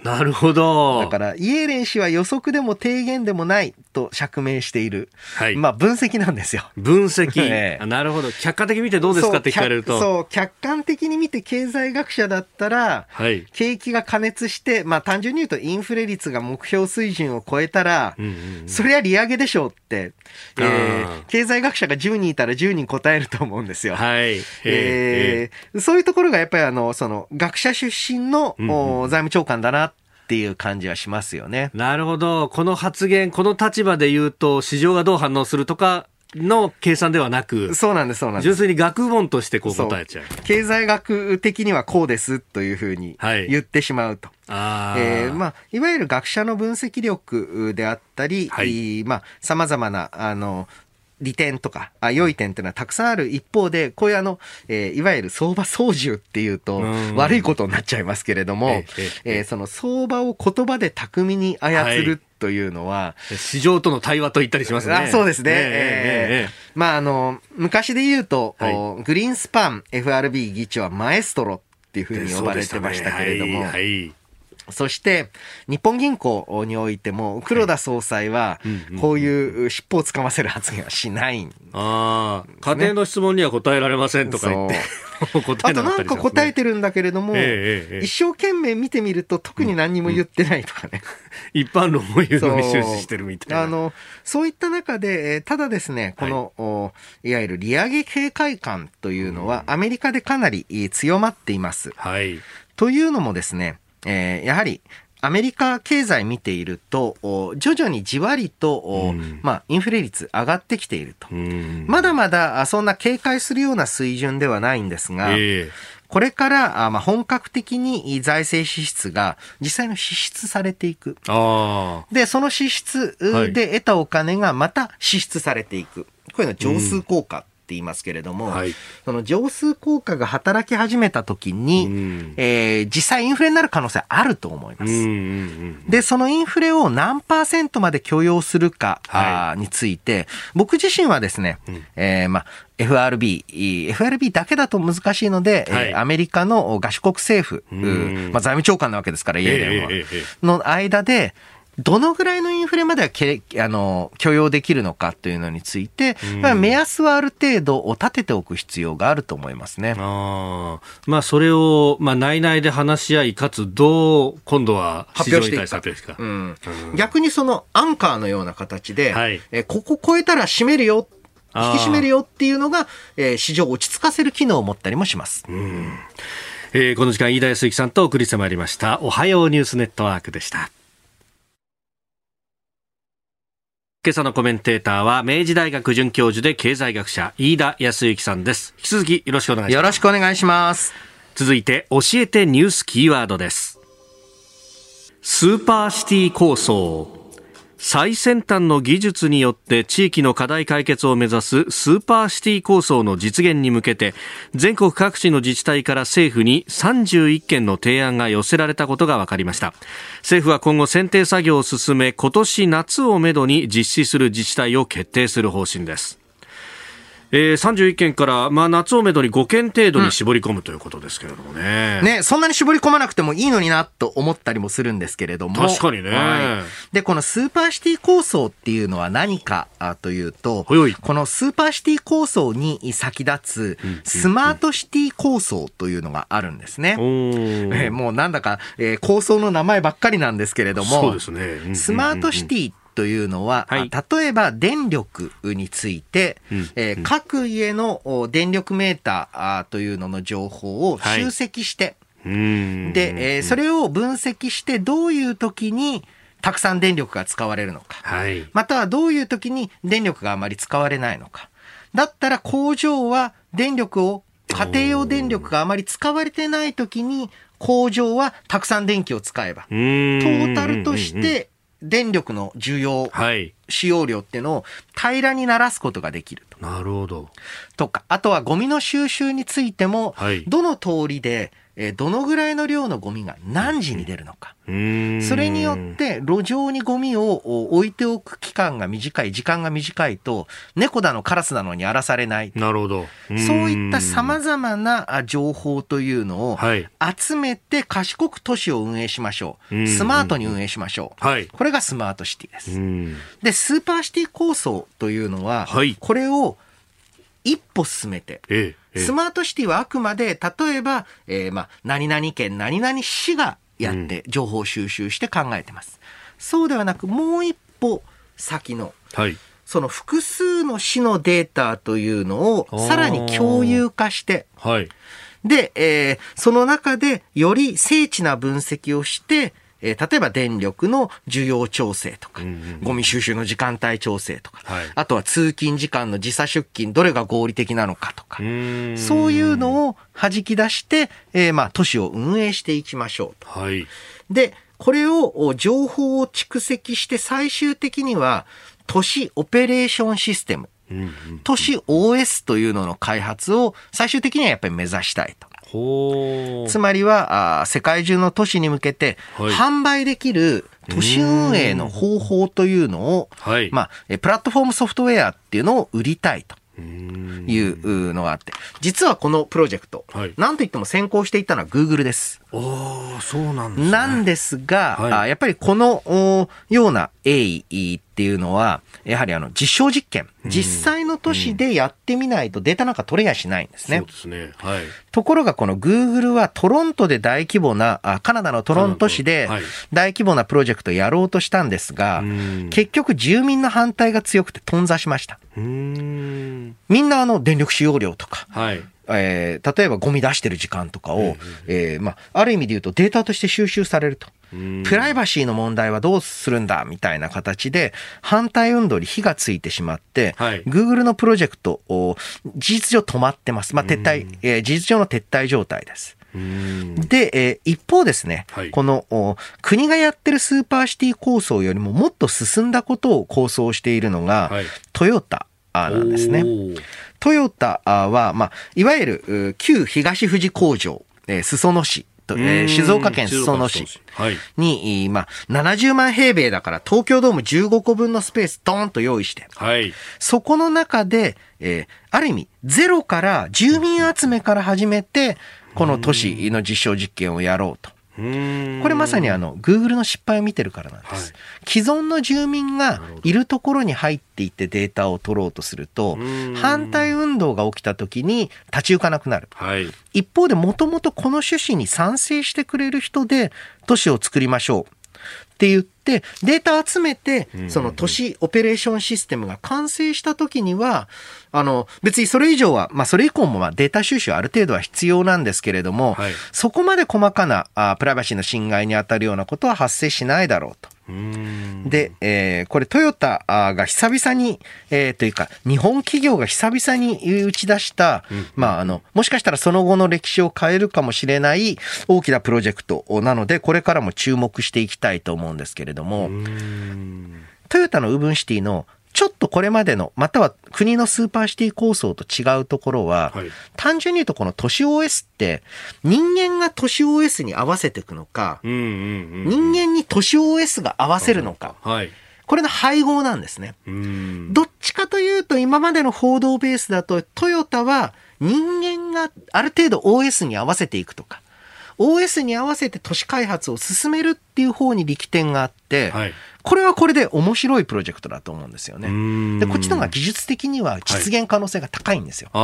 なるほど。 だからイエレン氏は予測でも提言でもないと釈明している、はい、まあ分析なんですよ。 分析、なるほど。客観的に見てどうですかって聞かれると、 そう客観的に見て経済学者だったら、はい、景気が過熱して、まあ単純に言うとインフレ率が目標水準を超えたら、そりゃ利上げでしょうって、経済学者が10人いたら10人答えると思うんですよ。はい。そういうところがやっぱりその学者出身の、財務長官だなっていう感じはしますよね。 なるほど。この発言、この立場で言うと市場がどう反応するとかの計算ではなく、 そうなんです、そうなんです。 純粋に学問としてこう答えちゃう。 経済学的にはこうですというふうに言ってしまうと。はい、まあ、いわゆる学者の分析力であったり、はい、まあ、様々な、利点とか良い点というのはたくさんある一方で、こういういわゆる相場操縦っていうと悪いことになっちゃいますけれども、その相場を言葉で巧みに操るというのは、 はい、市場との対話と言ったりしますね。 そうですね。まあ昔で言うと、はい、グリーンスパン FRB 議長はマエストロっていうふうに呼ばれてましたけれども、そして日本銀行においても黒田総裁はこういう尻尾をつかませる発言はしないんですね。 家庭の質問には答えられませんとか言ってあとなんか答えてるんだけれども、一生懸命見てみると特に何にも言ってないとかね、 一般論も言うのに終始してるみたいな。 そういった中でただですね、この、いわゆる利上げ警戒感というのはアメリカでかなり強まっています。というのもですね、やはりアメリカ経済見ていると徐々にじわりと、まあ、インフレ率上がってきていると、まだまだそんな警戒するような水準ではないんですが、これからまあ本格的に財政支出が実際の支出されていく。でその支出で得たお金がまた支出されていく、こういうのは乗数効果って言いますけれども、その乗数効果が働き始めた時に、実際インフレになる可能性あると思います。でそのインフレを何%まで許容するか、について僕自身はですね、まあFRB だけだと難しいので、アメリカの合衆国政府、まあ、財務長官なわけですから、イエレンは、の間でどのぐらいのインフレまでは許容できるのかというのについて、目安はある程度を立てておく必要があると思いますね。 まあ、それを、まあ、内々で話し合い、かつどう今度は市場に対して発表していくか。 逆にそのアンカーのような形で、ここ超えたら締めるよ、引き締めるよっていうのが、市場を落ち着かせる機能を持ったりもします。この時間、飯田康之さんとお送りしてまいりました。おはようニュースネットワークでした。今朝のコメンテーターは明治大学准教授で経済学者飯田康之さんです。引き続きよろしくお願いします。 よろしくお願いします。 続いて教えてニュースキーワードです。スーパーシティ構想、最先端の技術によって地域の課題解決を目指すスーパーシティ構想の実現に向けて、全国各地の自治体から政府に31件の提案が寄せられたことが分かりました。政府は今後選定作業を進め、今年夏をめどに実施する自治体を決定する方針です。31件から、まあ、夏をめどに5件程度に絞り込むということですけれどもね。 そんなに絞り込まなくてもいいのになと思ったりもするんですけれども。 確かにね。 で、このスーパーシティ構想っていうのは何かというと、このスーパーシティ構想に先立つスマートシティ構想というのがあるんですね。もうなんだか、構想の名前ばっかりなんですけれども、 そうですね。 スマートシティというのは、例えば電力について、各家の電力メーターというのの情報を集積して、で、それを分析してどういう時にたくさん電力が使われるのか、またはどういう時に電力があまり使われないのか。だったら工場は電力を、家庭用電力があまり使われてない時に工場はたくさん電気を使えば、トータルとして電力の需要、使用量っていうのを平らにならすことができると。 なるほど。 とか、あとはゴミの収集についても、どの通りでどのぐらいの量のゴミが何時に出るのか。それによって路上にゴミを置いておく期間が短い、時間が短いと、猫だのカラスなのに荒らされない。 なるほど。 そういった様々な情報というのを集めて賢く都市を運営しましょう。スマートに運営しましょう。はい、これがスマートシティです。で、スーパーシティ構想というのは、これを一歩進めて、スマートシティはあくまで、例えば、何々県、何々市がやって情報収集して考えてます。そうではなく、もう一歩先の、その複数の市のデータというのをさらに共有化して、で、その中でより精緻な分析をして、例えば電力の需要調整とか、ゴミ収集の時間帯調整とか、あとは通勤時間の時差出勤、どれが合理的なのかとか、そういうのを弾き出して、都市を運営していきましょうと。で、これを情報を蓄積して最終的には都市オペレーションシステム、都市 OS というのの開発を最終的にはやっぱり目指したいと。つまりは世界中の都市に向けて販売できる都市運営の方法というのを、プラットフォームソフトウェアっていうのを売りたいというのがあって、実はこのプロジェクト、なんといっても先行していったのは Google です。 そうなんですね。 なんですが、やっぱりこのような営意っていうのは、やはり実証実験、実際の都市でやってみないとデータなんか取れやしないんですね。 そうですね。 ところがこの Google はトロントで大規模な、カナダのトロント市で大規模なプロジェクトをやろうとしたんですが、結局住民の反対が強くて頓挫しました。みんな電力使用量とか、例えばゴミ出してる時間とかを、ある意味で言うとデータとして収集されると。プライバシーの問題はどうするんだみたいな形で反対運動に火がついてしまって、Google のプロジェクトを事実上止まってます。撤退、事実上の撤退状態です。で、一方ですね、この国がやってるスーパーシティ構想よりももっと進んだことを構想しているのが、トヨタなんですね。トヨタは、いわゆる旧東富士工場、裾野市、静岡県裾野市に、70万平米だから東京ドーム15個分のスペースドーンと用意して、そこの中で、ある意味ゼロから住民集めから始めてこの都市の実証実験をやろうと。これまさにGoogle の失敗を見てるからなんです。既存の住民がいるところに入っていってデータを取ろうとすると、反対運動が起きた時に立ち行かなくなる。一方でもともとこの趣旨に賛成してくれる人で都市を作りましょうって言ってデータを集めて、その都市オペレーションシステムが完成した時には、別にそれ以上は、それ以降もデータ収集ある程度は必要なんですけれども、そこまで細かなプライバシーの侵害に当たるようなことは発生しないだろうと。で、これトヨタが久々に、というか日本企業が久々に打ち出した、もしかしたらその後の歴史を変えるかもしれない大きなプロジェクトなので、これからも注目していきたいと思うんですけれども、トヨタのウーブンシティのちょっとこれまでのまたは国のスーパーシティ構想と違うところは、単純に言うとこの都市 OS って人間が都市 OS に合わせていくのか、人間に都市 OS が合わせるのか、これの配合なんですね。どっちかというと今までの報道ベースだとトヨタは人間がある程度 OS に合わせていくとか、OS に合わせて都市開発を進めるっていう方に力点があって、これはこれで面白いプロジェクトだと思うんですよね。で、こっちの方が技術的には実現可能性が高いんですよ。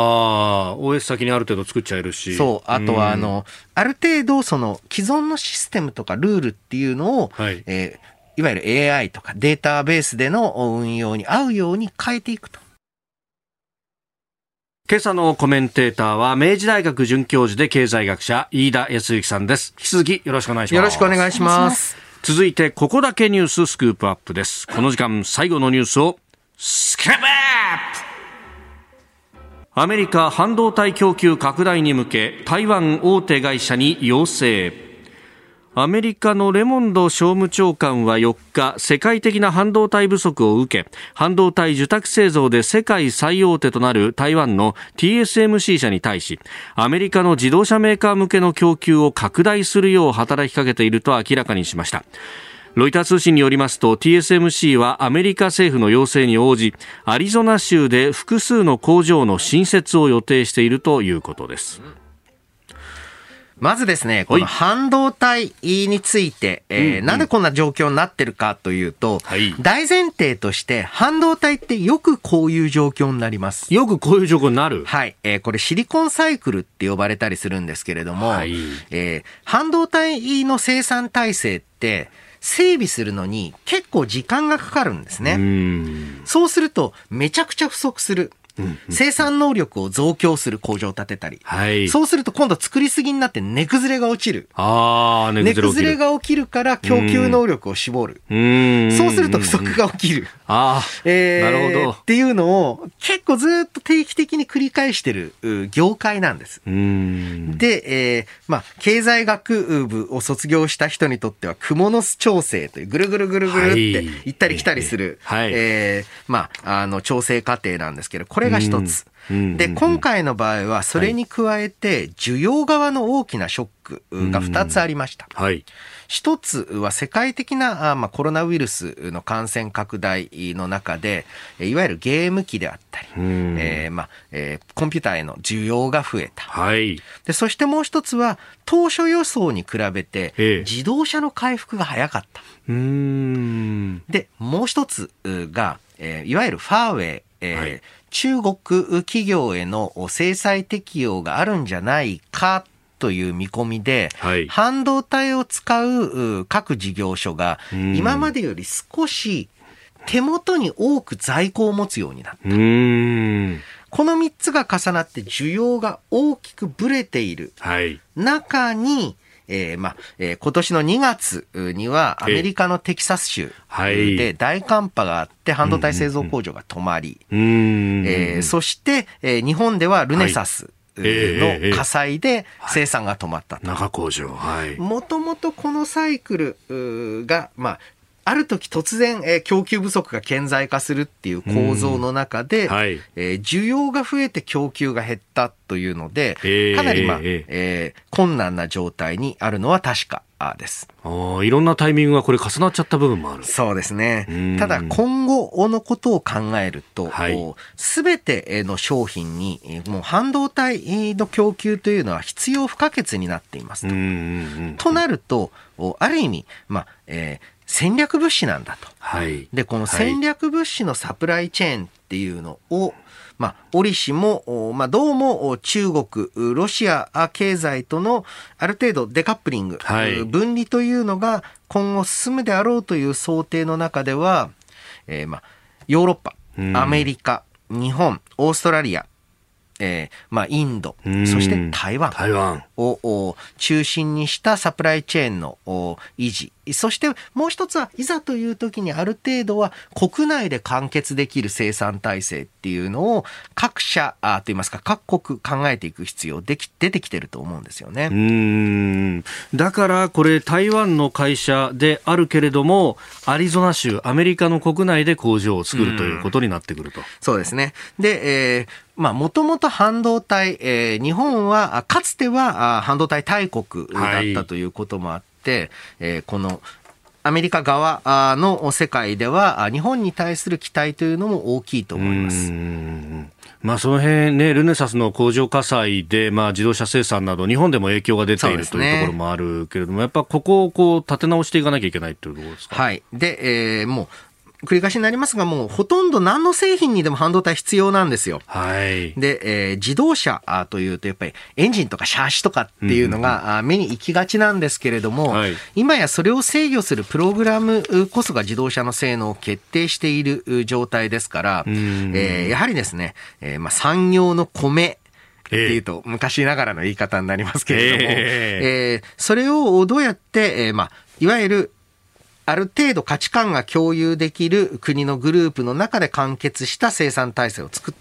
OS 先にある程度作っちゃえるし。 そう。あとは、ある程度その既存のシステムとかルールっていうのを、いわゆる AI とかデータベースでの運用に合うように変えていくと。 今朝のコメンテーターは明治大学准教授で経済学者飯田康之さんです。引き続きよろしくお願いします。 よろしくお願いします。 続いてここだけニューススクープアップです。この時間最後のニュースをスクープアップ。アメリカ半導体供給拡大に向け台湾大手会社に要請。 アメリカのレモンド商務長官は4日、世界的な半導体不足を受け、半導体受託製造で世界最大手となる台湾の TSMC 社に対し、アメリカの自動車メーカー向けの供給を拡大するよう働きかけていると明らかにしました。ロイター通信によりますと TSMC はアメリカ政府の要請に応じ、アリゾナ州で複数の工場の新設を予定しているということです。 まずですね、この半導体について、なんでこんな状況になってるかというと、大前提として半導体ってよくこういう状況になります。 よくこういう状況になる。 はい。これシリコンサイクルって呼ばれたりするんですけれども、半導体の生産体制って整備するのに結構時間がかかるんですね。そうするとめちゃくちゃ不足する。生産能力を増強する工場を建てたり、そうすると今度作りすぎになって値崩れが落ちる。値崩れが起きるから供給能力を絞る。そうすると不足が起きる。 なるほど。 っていうのを結構ずっと定期的に繰り返してる業界なんです。で、経済学部を卒業した人にとってはクモの巣調整というぐるぐるぐるぐるって行ったり来たりする、調整過程なんですけど、これが一つ。で、今回の場合はそれに加えて需要側の大きなショックが2つありました。一つは世界的な、コロナウイルスの感染拡大の中で、いわゆるゲーム機であったり、コンピューターへの需要が増えた。で、そしてもう一つは当初予想に比べて自動車の回復が早かった。で、もう一つが、いわゆるファーウェイ、中国企業への制裁適用があるんじゃないかという見込みで、半導体を使う各事業所が今までより少し手元に多く在庫を持つようになった。この3つが重なって需要が大きくブレている中に、今年の2月にはアメリカのテキサス州で大寒波があって半導体製造工場が止まり、そして日本ではルネサスの火災で生産が止まったと。 中工場。 もともとこのサイクルが、ある時突然、供給不足が顕在化するっていう構造の中で、需要が増えて供給が減ったというので、かなり、困難な状態にあるのは確かです。 いろんなタイミングがこれ重なっちゃった部分もある。 そうですね。ただ今後のことを考えると、すべての商品にもう半導体の供給というのは必要不可欠になっていますと。となると、ある意味、戦略物資なんだと。で、この戦略物資のサプライチェーンっていうのを、折しも、どうも中国、ロシア経済とのある程度デカップリング、分離というのが今後進むであろうという想定の中では、ヨーロッパ、アメリカ、日本、オーストラリア、インド、そして台湾を中心にしたサプライチェーンの維持。そしてもう一つはいざという時にある程度は国内で完結できる生産体制っていうのを各社といいますか各国考えていく必要出てきてると思うんですよね。 だからこれ台湾の会社であるけれどもアリゾナ州アメリカの国内で工場を作るということになってくると。 そうですね。で、もともと半導体、日本はかつては半導体大国だったということもあって、このアメリカ側の世界では日本に対する期待というのも大きいと思います。 その辺ね、ルネサスの工場火災で、自動車生産など日本でも影響が出ているというところもあるけれども、やっぱここを立て直していかなきゃいけないというところですか。 で、もう繰り返しになりますが、もうほとんど何の製品にでも半導体必要なんですよ。で、自動車というとやっぱりエンジンとかシャーシとかっていうのが目に行きがちなんですけれども、今やそれを制御するプログラムこそが自動車の性能を決定している状態ですから、やはりですね、産業の米っていうと昔ながらの言い方になりますけれども、それをどうやって、いわゆるある程度価値観が共有できる国のグループの中で完結した生産体制を作っていくか。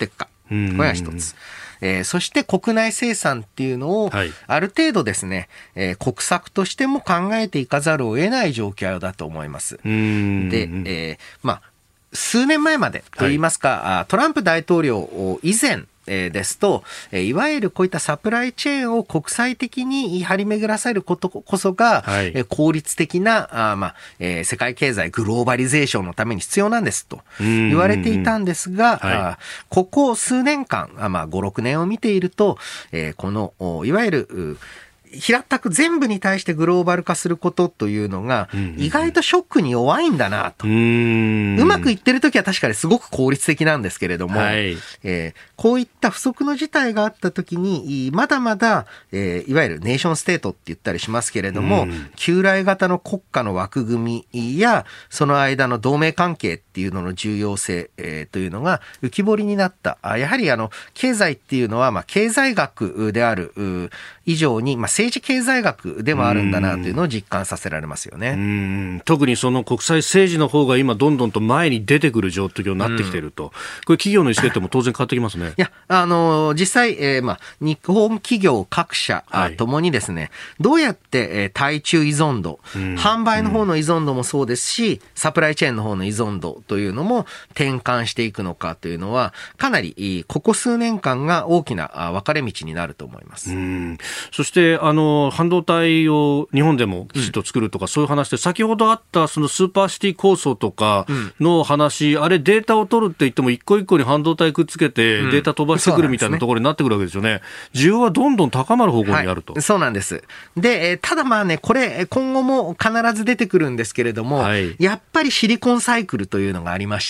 これが一つ。そして国内生産っていうのを、ある程度ですね、国策としても考えていかざるを得ない状況だと思います。で、数年前までといいますか、トランプ大統領以前ですと、いわゆるこういったサプライチェーンを国際的に張り巡らせることこそが、効率的な世界経済グローバリゼーションのために必要なんですと言われていたんですが、ここ数年間、5、6年を見ていると、このいわゆる平たく全部に対してグローバル化することというのが意外とショックに弱いんだなと。うまくいってるときは確かにすごく効率的なんですけれども、こういった不測の事態があったときにまだまだ、いわゆるネーションステートって言ったりしますけれども、旧来型の国家の枠組みやその間の同盟関係っていうのの重要性、というのが浮き彫りになった。やはり経済っていうのは経済学である以上に政治経済学でもあるんだなというのを実感させられますよね。 特にその国際政治の方が今どんどんと前に出てくる状況になってきていると、これ企業の意思決定も当然変わってきますね。 いや、実際、日本企業各社ともにですね、どうやって対中依存度、販売の方の依存度もそうですし、サプライチェーンの方の依存度というのも転換していくのかというのは、かなりここ数年間が大きな分かれ道になると思います。 そして半導体を日本でもきちっと作るとか、そういう話で、先ほどあったそのスーパーシティ構想とかの話、あれデータを取るって言っても一個一個に半導体くっつけてデータ飛ばしてくるみたいなところになってくるわけですよね。需要はどんどん高まる方向にあると。 そうなんです。で、ただこれ今後も必ず出てくるんですけれども、やっぱりシリコンサイクルというのがありまして、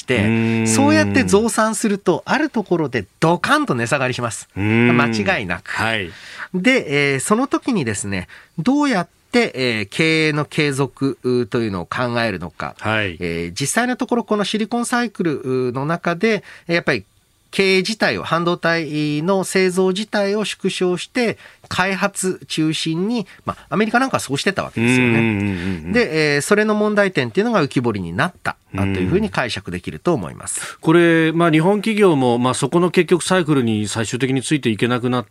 そうやって増産するとあるところでドカンと値下がりします。間違いなく。で、その時にですね、どうやって経営の継続というのを考えるのか、実際のところこのシリコンサイクルの中でやっぱり経営自体を、半導体の製造自体を縮小して開発中心に、アメリカなんかはそうしてたわけですよね。で、それの問題点っていうのが浮き彫りになったというふうに解釈できると思います。 これ、日本企業も、そこの結局サイクルに最終的についていけなくなって、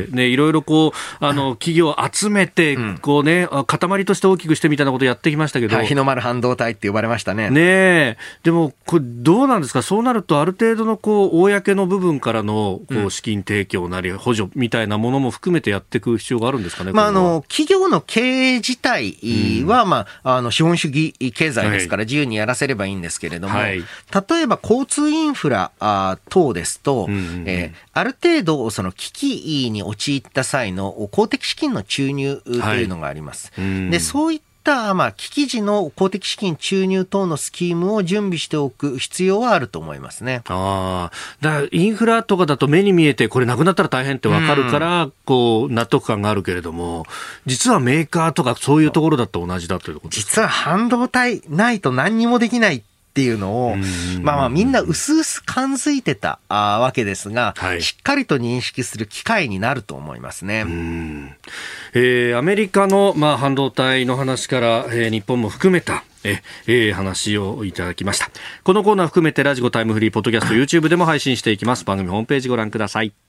いろいろ企業を集めて、塊として大きくしてみたいなことをやってきましたけど。 日の丸半導体って呼ばれましたね。 でも、これどうなんですか。そうなるとある程度の公の部分からの資金提供なり補助みたいなものも含めてやっていく必要があるんですかね。 企業の経営自体は、資本主義経済ですから自由にやらせればいいんですけれども、例えば交通インフラ等ですと、ある程度その危機に陥った際の公的資金の注入というのがあります。で、そういった危機時の公的資金注入等のスキームを準備しておく必要はあると思いますね。 だからインフラとかだと目に見えてこれなくなったら大変って分かるから、納得感があるけれども、実はメーカーとかそういうところだと同じだということですか。 実は半導体ないと何にもできないっていうのを、みんな薄々感づいてたわけですが、しっかりと認識する機会になると思いますね。 アメリカの、半導体の話から、日本も含めた話をいただきました。このコーナー含めてラジコタイムフリーポッドキャスト YouTube でも配信していきます。番組ホームページご覧ください。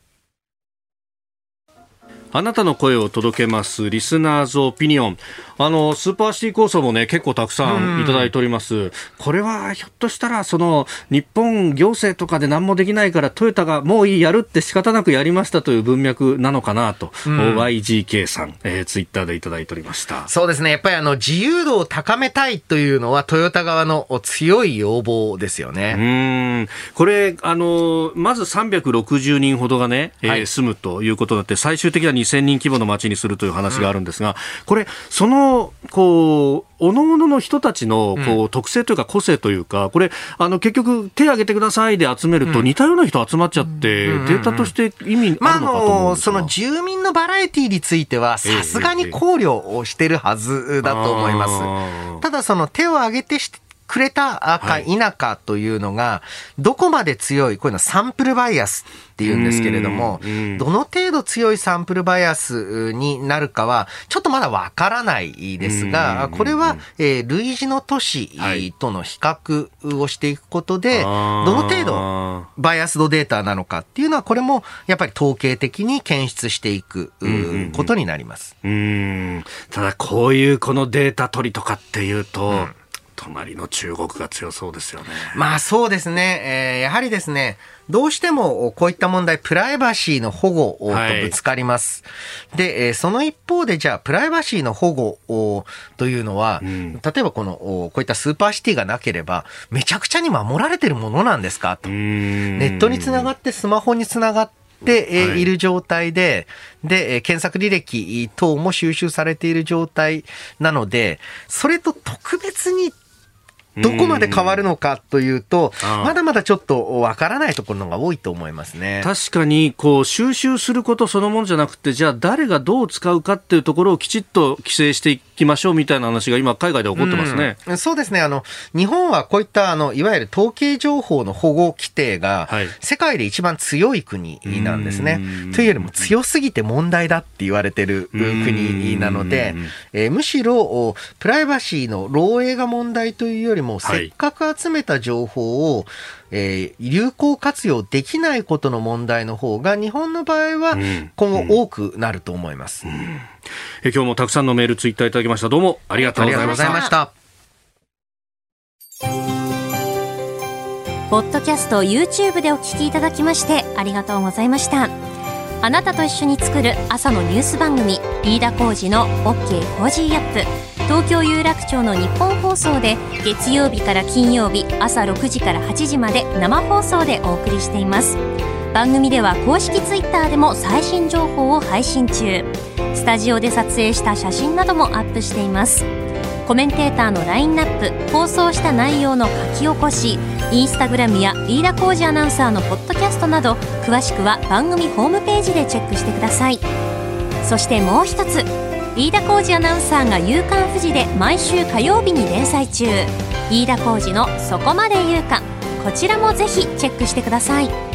あなたの声を届けますリスナーズオピニオン。スーパーシティ構想もね、結構たくさんいただいております。これはひょっとしたら、日本行政とかで何もできないからトヨタがもういい、やるって仕方なくやりましたという文脈なのかなと、YGK さん、ツイッターでいただいておりました。 そうですね。やっぱり自由度を高めたいというのはトヨタ側の強い要望ですよね。 これ、まず360人ほどがね、住むということになって、最終的には2000人規模の町にするという話があるんですが、これ、各々の人たちの特性というか個性というか、これ結局手を挙げてくださいで集めると似たような人集まっちゃって、データとして意味あるのかと思うんですが、 その住民のバラエティについてはさすがに考慮をしてるはずだと思います。ただ手を挙げてくれたか否かというのが、どこまで強い、こういうのはサンプルバイアスっていうんですけれども、どの程度強いサンプルバイアスになるかは、ちょっとまだわからないですが、これは、類似の都市との比較をしていくことで、どの程度バイアスドデータなのかっていうのは、これもやっぱり統計的に検出していくことになります。 ただこういうこのデータ取りとかっていうと、隣の中国が強そうですよね。 まあそうですね、やはりですね、どうしてもこういった問題、プライバシーの保護とぶつかります。で、その一方で、じゃあプライバシーの保護というのは、例えばこういったスーパーシティがなければめちゃくちゃに守られてるものなんですかと。ネットにつながってスマホにつながっている状態で、検索履歴等も収集されている状態なので、それと特別にどこまで変わるのかというと、まだまだちょっとわからないところのが多いと思いますね。 確かにこう収集することそのものじゃなくて、じゃあ誰がどう使うかっていうところをきちっと規制していきましょうみたいな話が今海外で起こってますね。 そうですね。日本はこういったいわゆる統計情報の保護規定が世界で一番強い国なんですね。というよりも強すぎて問題だって言われてる国なので、むしろプライバシーの漏洩が問題というよりも、せっかく集めた情報を、有効活用できないことの問題の方が日本の場合は今後多くなると思います。 今日もたくさんのメールツイッターいただきました。どうもありがとうございました。 ポッドキャスト YouTube でお聞きいただきましてありがとうございました。あなたと一緒に作る朝のニュース番組、飯田浩司の OK コージーアップ。東京有楽町の日本放送で月曜日から金曜日朝6時から8時まで生放送でお送りしています。番組では公式ツイッターでも最新情報を配信中。スタジオで撮影した写真などもアップしています。コメンテーターのラインナップ、放送した内容の書き起こし、インスタグラムや飯田浩司アナウンサーのポッドキャストなど、詳しくは番組ホームページでチェックしてください。そしてもう一つ、飯田浩司アナウンサーが夕刊フジで毎週火曜日に連載中、飯田浩司のそこまで言うか、こちらもぜひチェックしてください。